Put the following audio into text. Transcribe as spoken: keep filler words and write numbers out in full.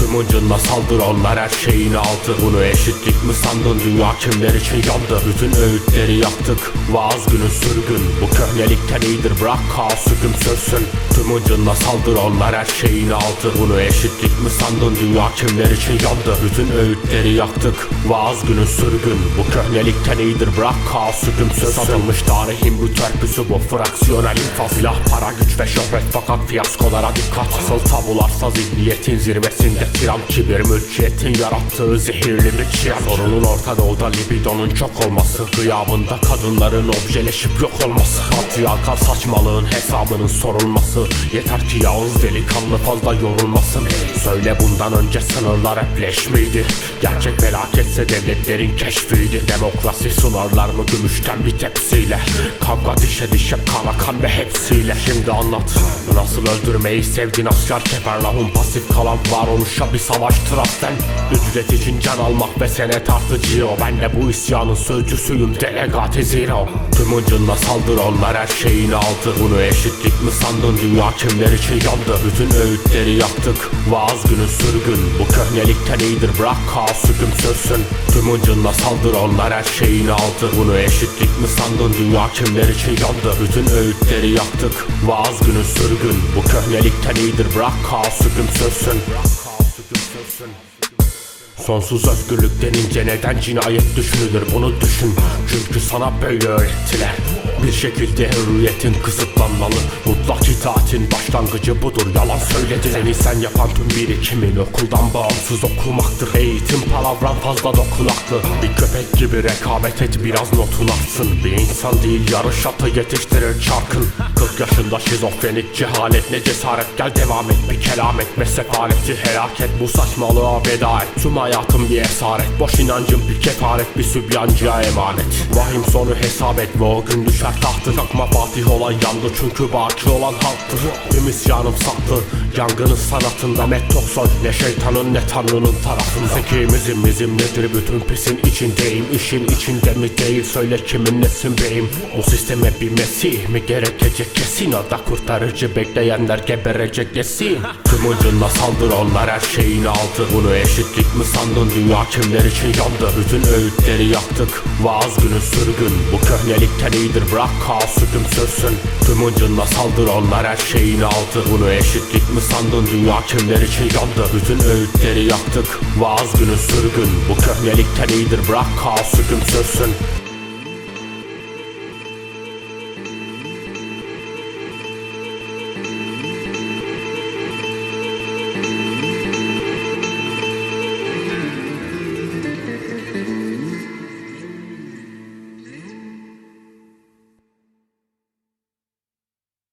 Tüm ucunla saldır, onlar her şeyin aldı. Bunu eşitlik mi sandın, dünya kimler için yandı? Bütün öğütleri yaktık, vaaz günü sürgün. Bu köhnelikten iyidir, bırak kaos hüküm sürsün. Tüm ucunla saldır, onlar her şeyin aldı. Bunu eşitlik mi sandın, dünya kimler için yandı? Bütün öğütleri yaktık, vaaz günü sürgün. Bu köhnelikten iyidir, bırak kaos hüküm sürsün. Satılmış tarihin bu törpüsü, bu fraksiyonel infaz. Silah, para, güç ve şöhret, fakat fiyaskolara dikkat. Asıl tabularsa zihniyetin zirvesinde tiran. Kibir mülkiyetin yarattığı zehirli bir çiyan. Sorunun Orta Doğu'da libidonun çok olması, gıyabında kadınların objeleşip yok olması. Patriarkal saçmalığın hesabının sorulması. Yeter ki Yağız delikanlı fazla yorulmasın. Söyle, bundan önce sınırlar hep leş miydi? Gerçek felaketse devletlerin keşfiydi. Demokrasi sunarlar mı gümüşten bir tepsiyle? Kavga dişe dişe, kara kan ve hepsiyle. Şimdi anlat, nasıl öldürmeyi sevdin asker keferlahun? Pasif kalan varoluşa bir savaştır aslen. Ücret için can almak ve sene tartıcı o. Ben de bu isyanın sözcüsüyüm, delegate zero. Tüm ucunla saldır, onlar her şeyini aldı. Bunu eşitlik mi sandın, dünya kimler için yandı? Bütün öğütleri yaktık, vaaz günü sürgün. Bu köhnelikten iyidir, bırak kaos hüküm sürsün. Tüm ucunla saldır, onlar her şeyini aldı. Bunu eşitlik mi sandın, dünya kimler için yandı? Bütün öğütleri yaktık, vaaz günü sürgün. Bu köhnelikten iyidir, bırak kaos hüküm sürsün. Sonsuz özgürlük denince neden cinayet düşünülür, bunu düşün. Çünkü sana böyle öğrettiler. Bir şekilde hürriyetin kısıtlanmalı. Mutlak itaatin başlangıcı budur, yalan söyledi. Seni sen yapan tüm birikimin okuldan bağımsız okumaktır. Eğitim palavran fazla dokunaklı. Bir köpek gibi rekabet et, biraz notun artsın. Bir insan değil, yarış atı yetiştirir çarkın. kırk yaşında şizofrenik cehalet, ne cesaret, gel devam et. Bir kelam etme sefaleti, helak et, bu saçmalığa veda et. Tüm hayatım bir esaret, boş inancım bir kefaret, bir sübyancıya emanet. Vahim sonu hesap et ve o gün düşer tahtı. Çakma Fatih olan yandı, çünkü baki olan halktır. Tüm isyanım saklı, yangının sanatında. Metoksoy, ne şeytanın ne tanrının tarafında. Zekimizim izim nedir, bütün pisin içindeyim. İşin içinde mi değil, söyle kimin nesin beyim? Bu sisteme bir mesih mi gerekecek kesin? Ada kurtarıcı bekleyenler geberecek kesin. Tüm ucunla saldır, onlar her şeyini aldı. Bunu eşitlik mi sandın, dünya kimler için yandı? Bütün öğütleri yaktık, vaaz günü sürgün. Bu köhnelikten iyidir, bırak kaos hüküm sürsün. Tüm ucunla saldır, onlar her şeyini aldı. Bunu eşitlik mi sandın, dünya kimler için yandı? Bütün öğütleri yaktık, vaaz günü sürgün. Bu köhnelikten iyidir, bırak kaos hüküm sürsün.